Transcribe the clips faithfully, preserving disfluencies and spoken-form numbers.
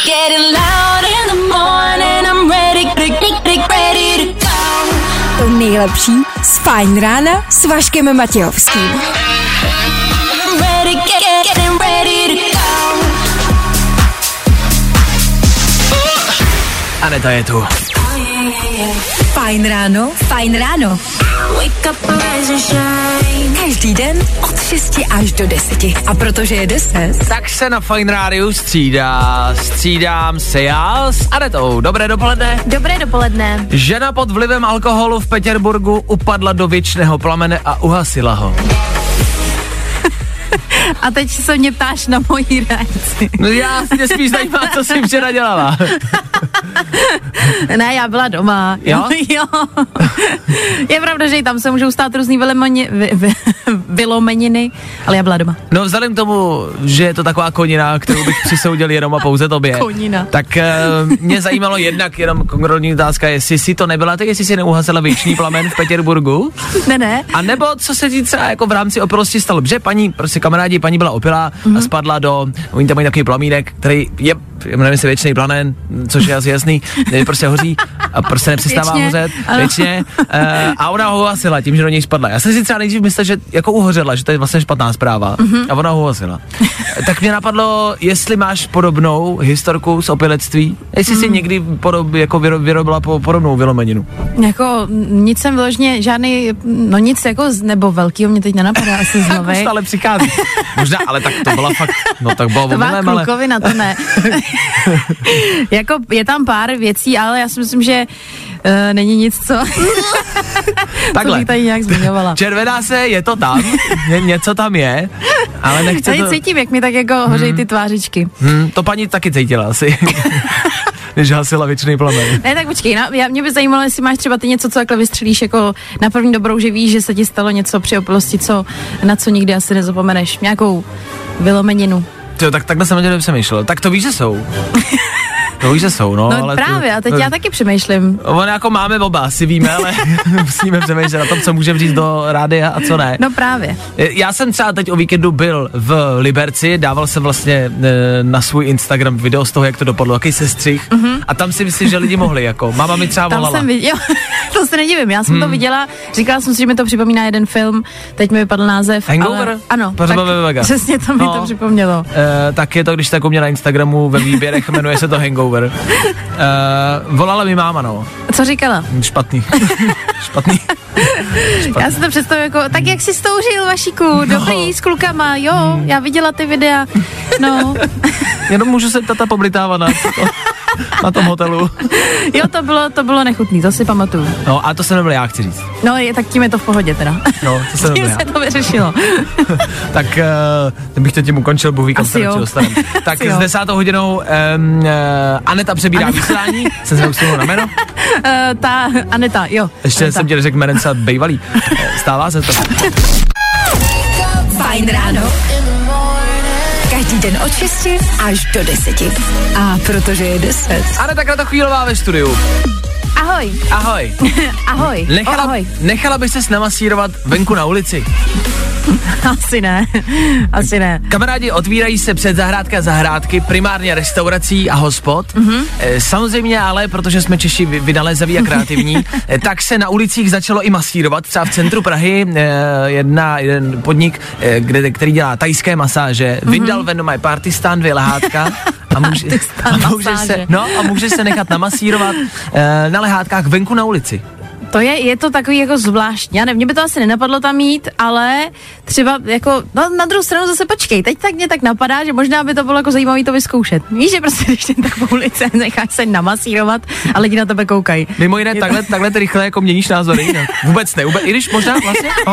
To nejlepší z Fajn rána s Vaškem Matějovským. Aneta je tu. Fajn ráno, Fajn ráno. Každý den od šesti až do deseti. A protože je deset, Tak se na Fajn rádiu střídá. Střídám se já s Anetou. Dobré dopoledne. Dobré dopoledne. Žena pod vlivem alkoholu v Petěrburgu upadla do věčného plamene a uhasila ho. A teď se mě ptáš na mojí reakci. No já mě spíš zajímá, co jsi včera dělala. Ne, já byla doma. Jo? Jo. Je pravda, že i tam se můžou stát různý vylemani, vy, vy, vylomeniny, ale já byla doma. No vzhledem k tomu, že je to taková konina, kterou bych přisoudil jenom a pouze tobě. Konina. Tak uh, mě zajímalo jednak jenom konkrétní otázka, jestli si to nebyla, tak jestli si neuhasila věčný plamen v Petěrburgu. Ne, ne. A nebo co se ti třeba jako v rámci opilosti stalo, že paní, prostě kamarádi, paní byla opilá mm-hmm. a spadla do, oni tam mají takový plamínek, který je, nevím si, věčný plamen, což je asi jasný, prostě hoří a prostě nepřestává hořet, věčně, uh, a ona ho uhasila tím, že do něj spadla. Já jsem si třeba nejdřív myslel, že jako uhořela, že to je vlastně špatná zpráva, mm-hmm. a ona ho uhasila. Tak mě napadlo, jestli máš podobnou historku z opilectví, jestli mm. si někdy podob, jako vyro, vyrobila po, podobnou vylomeninu. Jako nic jsem vyloženě, žádný, no nic jako z nebo velkýho mě teď nenapadá asi znovu. Tak stále přichází. Možná, ale tak to byla fakt, no tak bylo to byla omylem, ale... klukovina, to ne. Jako je tam pár věcí, ale já si myslím, že uh, není nic, co... Takhle. Co bych tady nějak zmiňovala. Červená se, je to tam, ně, něco tam je, ale nechce tady to... cítím, jak mi tak jako hoří hmm. ty tvářičky. Hmm, to paní taky cítila asi. Než hasila věčný plamen. Ne, tak počkej, na, já, mě by zajímalo, jestli máš třeba ty něco, co takhle vystřelíš jako na první dobrou, že víš, že se ti stalo něco při opilosti, co, na co nikdy asi nezapomeneš. Nějakou vylomeninu. Jo, tak takhle jsem na tě nepřemýšlel. Tak to víš, že jsou. To víš, že jsou, no. No ale právě, to, a teď to, já taky přemýšlím. On jako máme oba, asi víme, ale musíme přemýšlet na tom, co můžeme říct do rádia a co ne. No právě. Já jsem třeba teď o víkendu byl v Liberci, dával jsem vlastně na svůj Instagram video z toho, jak to dopadlo, jaký sestřih, mm-hmm. a tam si myslím, že lidi mohli, jako, máma mi třeba volala. Tam jsem viděla, to se nedivím, já jsem hmm. to viděla, říkala jsem si, že mi to připomíná jeden film, teď mi vypadl název. Hangover? Ale, ano, tak přesně to mi no, to připomnělo. Uh, tak je to, když tak u mě na Instagramu ve výběrech, jmenuje se to Hangover. Uh, volala mi máma, no. Co říkala? Špatný. Špatný. Špatný. Já si to představuji jako, tak jak jsi stoužil, Vašíku, dobrý, no. S klukama, jo, já viděla ty videa, no. Jenom můžu se tata poblitávat na, to, na tom hotelu. Jo, to bylo, to bylo nechutný, to si pamatuju. No, a to jsem nebyl já, chci říct. No, je, tak tím je to v pohodě teda. No, to jsem tím nebyl se já. to vyřešilo. Tak uh, bych to tím ukončil, Bůh ví, kam se dostaneme. Tak s desátou hodinou um, uh, Aneta přebírá Aneta. Vysílání. Jsem se neusnul na jméno. Uh, ta Aneta, jo. Ještě Aneta. jsem ti řekl jménem třeba bejvalý. Stává se to. Fajn ráno. Každý den od šesti až do deseti. A protože je deset. Aneta Kratochvílová ve studiu. Ahoj. Ahoj. Ahoj. Nechala, oh, ahoj. nechala by ses namasírovat venku na ulici? Asi ne. Asi ne. Kamarádi, otvírají se před zahrádka zahrádky, primárně restaurací a hospod. Mm-hmm. E, samozřejmě ale, protože jsme Češi vynalézaví a kreativní, e, tak se na ulicích začalo i masírovat. Třeba v centru Prahy e, jedna, jeden podnik, e, kde, který dělá tajské masáže, mm-hmm. vydal ven mají partystán, dvě lehátka a, může, a, může se, no, a může se nechat namasírovat e, na lehátkách venku na ulici. To je, je to takový jako zvláštní, já nevím, mě by to asi nenapadlo tam jít, ale třeba jako, no na druhou stranu zase počkej, teď tak mě tak napadá, že možná by to bylo jako zajímavý to vyzkoušet. Víš, že prostě když ten tak po ulici necháš se namasírovat a lidi na tebe koukají. Mimo jiné, takhle, takhle ty rychle jako měníš názory, no. Vůbec ne, vůbec, i když možná vlastně, oh?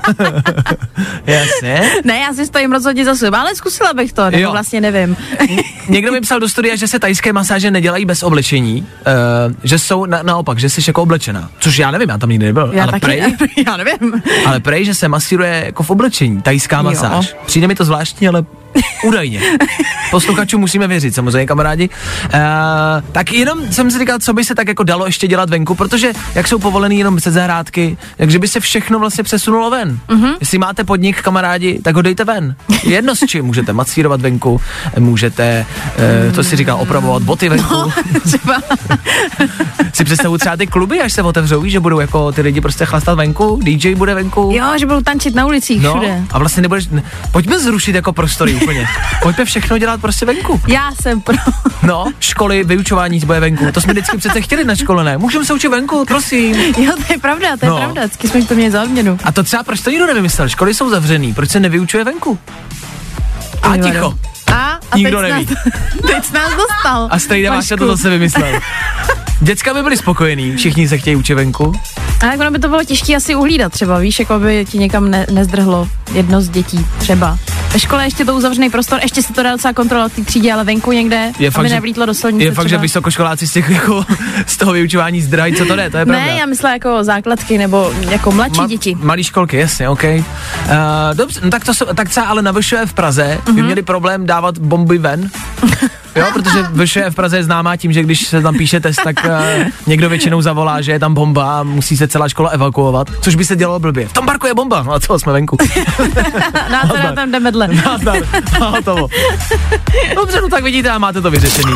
Jasně. Ne, já si stojím rozhodně za sebe, ale zkusila bych to, nebo jo. Vlastně nevím. Někdo mi psal do studia, že se tajské masáže nedělají bez oblečení, uh, že jsou na, naopak, že jsi jako oblečená, což já nevím, já tam nikdy nebyl, já ale taky, prej, já nevím. ale prej, že se masíruje jako v oblečení, tajská masáž. Jo. Přijde mi to zvláštní, ale Údajně. Posluchačům musíme věřit, samozřejmě, kamarádi. Uh, tak jenom jsem si říkal, co by se tak jako dalo ještě dělat venku, protože jak jsou povolený jenom se zahrádky, takže by se všechno vlastně přesunulo ven. Uh-huh. Jestli máte podnik, kamarádi, tak ho dejte ven. Jedno s čím, můžete masírovat venku, můžete, uh, to si říkal, opravovat boty venku. No, třeba. Si představuji třeba ty kluby, až se otevřou, víš, že budou jako ty lidi prostě chlastat venku, D J bude venku. Jo, že budou tančit na ulicích no, všude. A vlastně nebudeš, ne, pojďme zrušit jako prostory úplně. Pojďme všechno dělat prostě venku. Já jsem pro. No, školy, vyučování bude venku. To jsme vždycky přece chtěli na škole, ne? Můžeme se učit venku, prosím. Jo, to je pravda, to je no. pravda. Vždycky jsme to měli za odměnu. A to třeba proč to nikdo nevymyslel? Školy jsou zavřený, proč se nevyučuje venku? A Ty ticho. A, a Nikdo teď neví. Nás, teď jsi nás dostal. A Strejda Máša to zase vymyslel. Děcka by byli spokojení, všichni se chtějí učit venku. A jak ono by to bylo těžké asi uhlídat třeba, víš, jako by ti někam ne, nezdrhlo jedno z dětí třeba. Ve škole ještě to uzavřený prostor, ještě se to dá docela kontrolovat v té třídě, ale venku někde, je aby fakt, nevlítlo do silnice. Je fakt, třeba. že vysokoškoláci z těch jako z toho vyučování zdrají, co to jde, to je pravda. Ne, já myslím jako základky nebo jako mladší Ma- děti. Malý školky, jasně, OK. Uh, dobře, no tak to jsou, tak třeba ale na V Š V v Praze mm-hmm. by měli problém dávat bomby ven. Jo, protože V Š V v Praze je známá tím, že když se tam píše test, tak uh, někdo většinou zavolá, že je tam bomba a musí se celá škola evakuovat, což by se dělalo blbě. V tom parku je bomba, no a co, jsme venku. Názdar, tam jdeme dle. Názdar, a hotovo. Dobře, no tak vidíte a máte to vyřešený.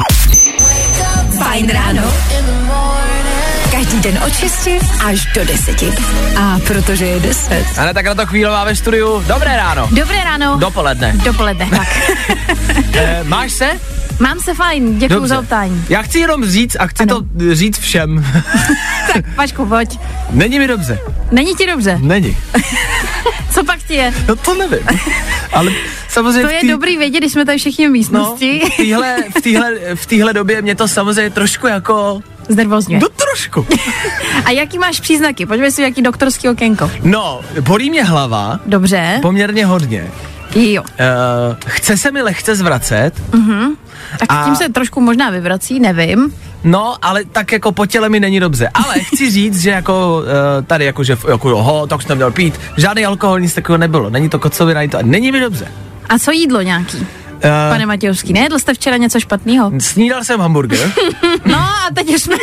Fajn ráno. Každý den od šesti až do deseti. A protože je deset. A ne, tak na to chvílová ve studiu. Dobré ráno. Dobré ráno. Dopoledne. Dopoledne, tak. e, máš se? Mám se fajn, děkuju Dobře. za optání. Já chci jenom říct a chci ano. to říct všem. Tak, Vašku, pojď. Není mi dobře. Není ti dobře? Není. Co pak ti je? No to nevím. Ale samozřejmě To je tý... dobrý vědět, když jsme tady všichni v místnosti. No, v téhle, v téhle, v téhle době mě to samozřejmě trošku jako... Znervozňuje. No trošku. A jaký máš příznaky? Pojďme si jaký doktorský okénko. No, bolí mě hlava. Dobře. Poměrně hodně. Jo. Uh, chce se mi lehce zvracet. Mhm. Tak A- tím se trošku možná vyvrací, nevím. No, ale tak jako po těle mi není dobře. Ale chci říct, že jako uh, tady jako, že jako jo, tak jsem měl pít. Žádný alkohol, nic takového nebylo. Není to kocovina, to a není mi dobře. A co jídlo nějaký? Uh, Pane Matějovský, nejedl jste včera něco špatného? Snídal jsem hamburger No a teď už jsme,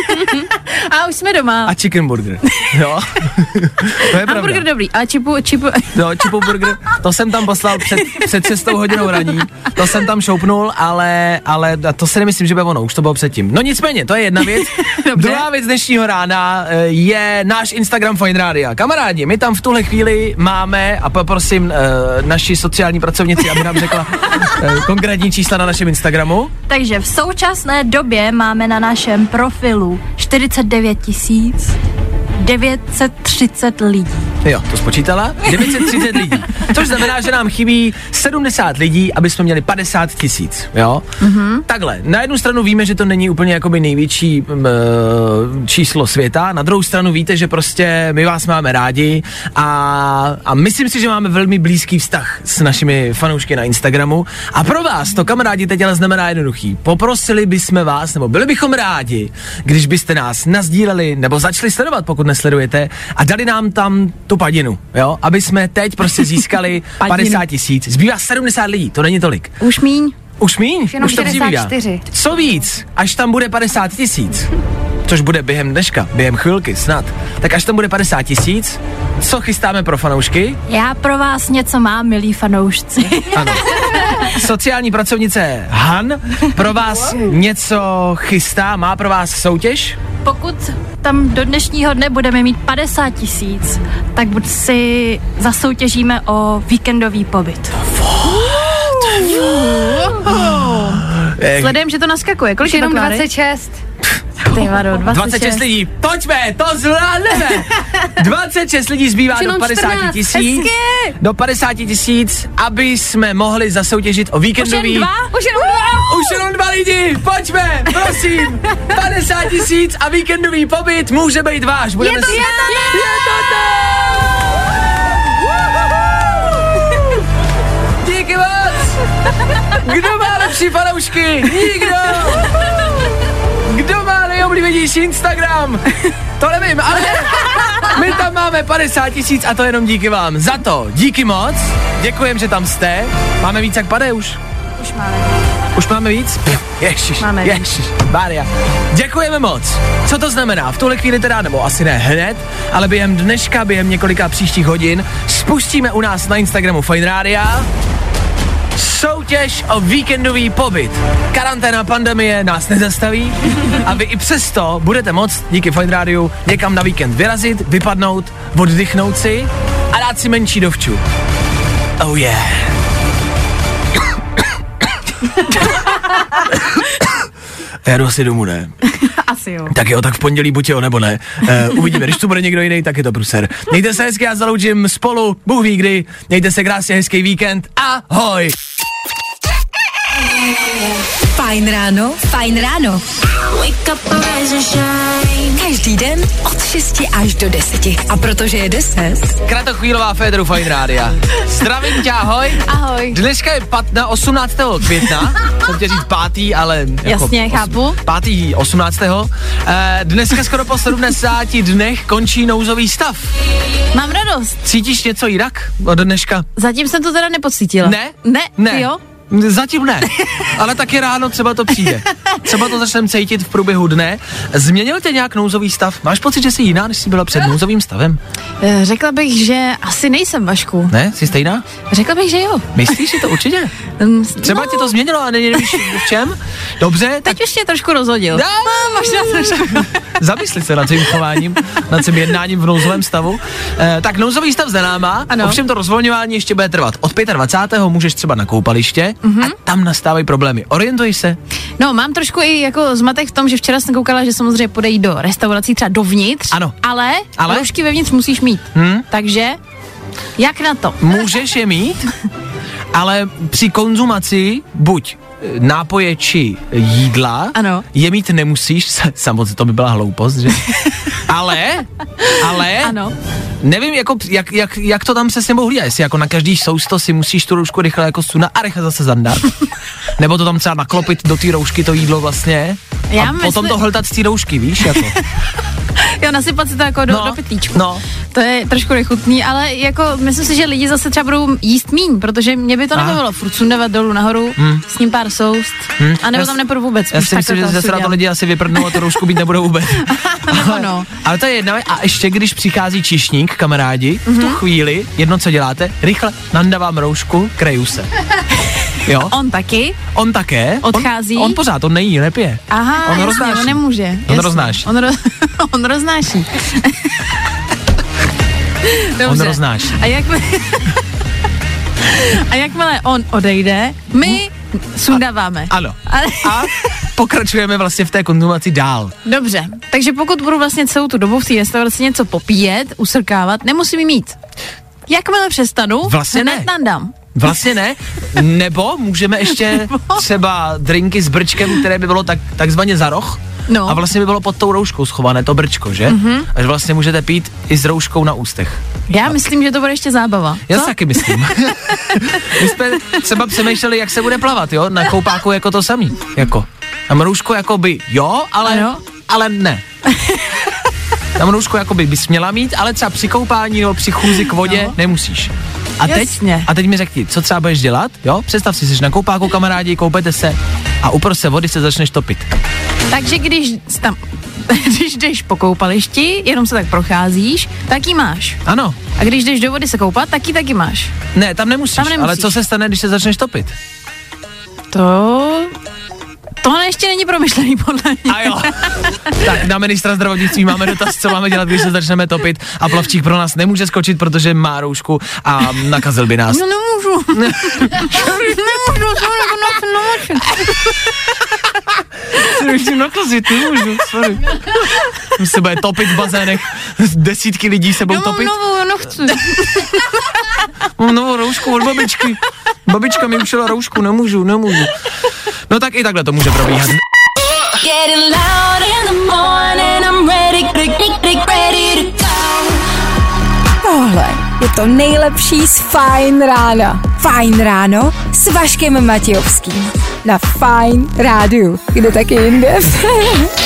a už jsme doma. a chicken burger. Jo. To je Hamburger pravda. dobrý, a čipu, čipu, No, chipu burger, to jsem tam poslal před, před šestou hodinou raní, to jsem tam šoupnul, ale, ale to si nemyslím, že by ono, už to bylo předtím. No nicméně, to je jedna věc. Druhá věc dnešního rána eh, je náš Instagram Fajn Rádia. Kamarádi, my tam v tuhle chvíli máme, a poprosím eh, naši sociální pracovnici, aby nám řekla eh, konkrétní čísla na našem Instagramu. Takže v současné době máme na našem profilu čtyřicet devět tisíc devět set třicet lidí. Jo, to spočítala? devět set třicet lidí. Což znamená, že nám chybí sedmdesát lidí, aby jsme měli padesát tisíc, jo? Mm-hmm. Takhle, na jednu stranu víme, že to není úplně jakoby největší m, číslo světa, na druhou stranu víte, že prostě my vás máme rádi a, a myslím si, že máme velmi blízký vztah s našimi fanoušky na Instagramu a pro vás to, kamarádi, teď ale znamená jednoduchý. Poprosili bychom vás, nebo byli bychom rádi, když byste nás nazdíleli nebo začali sledovat, pokud nesledujete, a dali nám tam tu padinu, jo, aby jsme teď prostě získali padesát tisíc. Zbývá sedmdesát lidí, to není tolik. už míň. Už míň? Jenom Už to přibývá. šedesát čtyři. Co víc, až tam bude padesát tisíc, což bude během dneška, během chvilky snad, tak až tam bude padesát tisíc, co chystáme pro fanoušky? Já pro vás něco mám, milí fanoušci. Ano. Sociální pracovnice Han pro vás něco chystá, má pro vás soutěž? Pokud tam do dnešního dne budeme mít padesát tisíc, tak buď si zasoutěžíme o víkendový pobyt. Eh, Sledujem, že to naskakuje. Kolik je Jenom to, Kláry? dvacet šest. Ty vado, dvacet šest. dvacet šest lidí, pojďme, to zvládneme. dvacet šest lidí zbývá do Jenom padesát čtrnáct, tisíc. Do padesát tisíc, aby jsme mohli zasoutěžit o Už víkendový... jen dva? Už jenom dva? Už jenom dva lidi, pojďme, prosím. padesát tisíc a víkendový pobyt může být váš. Budeme Je to si... tak! Je to tak! Díky moc. Kdo má lepší fanoušky? Nikdo. Kdo má nejoblíbenější Instagram. To nevím, ale my tam máme padesát tisíc a to jenom díky vám. Za to díky moc, děkujem, že tam jste. Máme víc jak pade už? Už máme. Už máme víc? Ježiš, máme ježiš, Bária. Děkujeme moc. Co to znamená? V tuhle chvíli teda, nebo asi ne hned, ale během dneška, během několika příštích hodin spustíme u nás na Instagramu Fajn Rádia soutěž o víkendový pobyt. Karanténa, pandemie nás nezastaví a vy i přesto budete moct díky Fajn Rádiu někam na víkend vyrazit, vypadnout, oddychnout si a dát si menší dovču. Oh yeah. Já jdu asi domů, ne? Asi jo. Tak jo, tak v pondělí buď jo, nebo ne. Uh, uvidíme, když tu bude někdo jiný, tak je to pruser. Mějte se hezky, já zaloučím spolu, Bůh ví kdy. Mějte se krásně, hezký víkend. Ahoj! Fajn ráno, fajn ráno. Každý den od šesti až do deseti. A protože je deset. Kratochvílová Féteru Fajn Rádia. Zdravím tě, ahoj. Ahoj. Dneska je patna, osmnáctého května. Jsem chtěl říct pátý, ale... Jako Jasně, os, chápu. Pátý, osmnáctého E, dneska skoro po sedmdesáti dnech končí nouzový stav. Mám radost. Cítíš něco jinak od dneška? Zatím jsem to teda nepocítila. Ne? Ne, Ne. ty jo? Zatím ne, ale taky ráno třeba to přijde. Třeba to začneme cítit v průběhu dne. Změnil tě nějak nouzový stav? Máš pocit, že jsi jiná, než jsi byla před nouzovým stavem? Eh, Řekla bych, že asi nejsem, Vašku. Ne? Jsi stejná? Řekla bych, že jo. Myslíš, že to určitě? Mm, Třeba no, tě to změnilo a nevíš v čem? Dobře, tak teď už mě trošku rozhodil. No, možná trošku. zamysli se nad tím chováním, nad tím jednáním v nouzovém stavu. E, tak nouzový stav za náma, Ano. ovšem to rozvolňování ještě bude trvat. Od dvacátého pátého můžeš třeba na koupaliště mm-hmm. a tam nastávají problémy. Orientuješ se? No, mám trošku i jako zmatek v tom, že včera jsem koukala, že samozřejmě půjde jít do restaurací třeba dovnitř, Ano. ale, Ale? roušky vevnitř musíš mít. Hmm? Takže, jak na to? Můžeš je mít, ale při konzumaci buď nápoje či jídla Ano. je mít nemusíš, samozřejmě to by byla hloupost, že? ale, ale, Ano. nevím, jako, jak, jak, jak to tam přesně bohu hlídá, jestli jako na každý sousto si musíš tu roušku rychle jako sunat a rychle zase zandat, nebo to tam třeba naklopit do té roušky to jídlo vlastně Já a myslím... potom to hltat z té roušky, víš, jako. Jo, nasypat si to jako do, No, do pytlíčku. no. To je trošku nechutný, ale jako myslím si, že lidi zase třeba budou jíst míň, protože mě by to Aha. nebavilo furt sundavat dolů nahoru, Hmm. s ním pár soust, Hmm. a nebo Já tam s- nepůjdu vůbec. Já Už si myslím, takhle že to se asi na to udělám. lidi asi vyprdnou a tu roušku být nebudou vůbec. Nebo ale, no. ale to je jedna věc. A ještě když přichází čišník, kamarádi, mm-hmm. v tu chvíli, jedno co děláte, rychle nandavám roušku, kreju se. Jo? On taky? On také. Odchází? On, on pořád, on nejí, nepije. Aha, On jasně, roznáší. on nemůže. On jasně. roznáší. On, ro- on roznáší. Dobře. On roznáší. A jak A jakmile on odejde, my sundáváme. Ano. Ale... A pokračujeme vlastně v té konzumaci dál. Dobře, takže pokud budu vlastně celou tu dobu v té restauraci něco popíjet, usrkávat, nemusím jí mít. Jakmile přestanu, Vlastně hned ne. nandám. Vlastně ne, nebo můžeme ještě třeba drinky s brčkem, které by bylo tak, takzvaně za roh. No. A vlastně by bylo pod tou rouškou schované to brčko, že? Mm-hmm. Až vlastně můžete pít i s rouškou na ústech. Já myslím, že to bude ještě zábava. Já Co? si taky myslím. My jsme třeba přemýšleli, jak se bude plavat, jo? Na koupáku jako to samý. Jako. Tam roušku jako by jo, ale, Ano. ale ne. Tam roušku jako by bys měla mít, ale třeba při koupání nebo při chůzi k vodě No. nemusíš. A teď, Jasně. a teď mi řekni, co třeba budeš dělat, jo? Představ si, jsi na koupáku, kamarádi, koupete se a uprostřed vody se začneš topit. Takže když tam, když jdeš po koupališti, jenom se tak procházíš, tak ji máš. Ano. A když jdeš do vody se koupat, tak ji taky máš. Ne, tam nemusíš, Tam nemusíš. ale co se stane, když se začneš topit? To... Tohle ještě není promyšlený podle mě. A jo. Tak na ministra zdravotnictví máme dotaz, co máme dělat, když se začneme topit a plavčík pro nás nemůže skočit, protože má roušku a nakazil by nás. No nemůžu. Nemůžu, sorry, to nechci Nemůžu nakazit, nemůžu, sorry. Už se bude topit v bazénech, desítky lidí se budou Já mám topit. novou, já nechci. Mám novou roušku od babičky. Babička mi ušila roušku, nemůžu, nemůžu. No tak i takhle to může probíhat. Tohle je to nejlepší z Fajn rána. Fajn ráno s Vaškem Matějovským. Na Fajn rádiu. Kde taky jinde.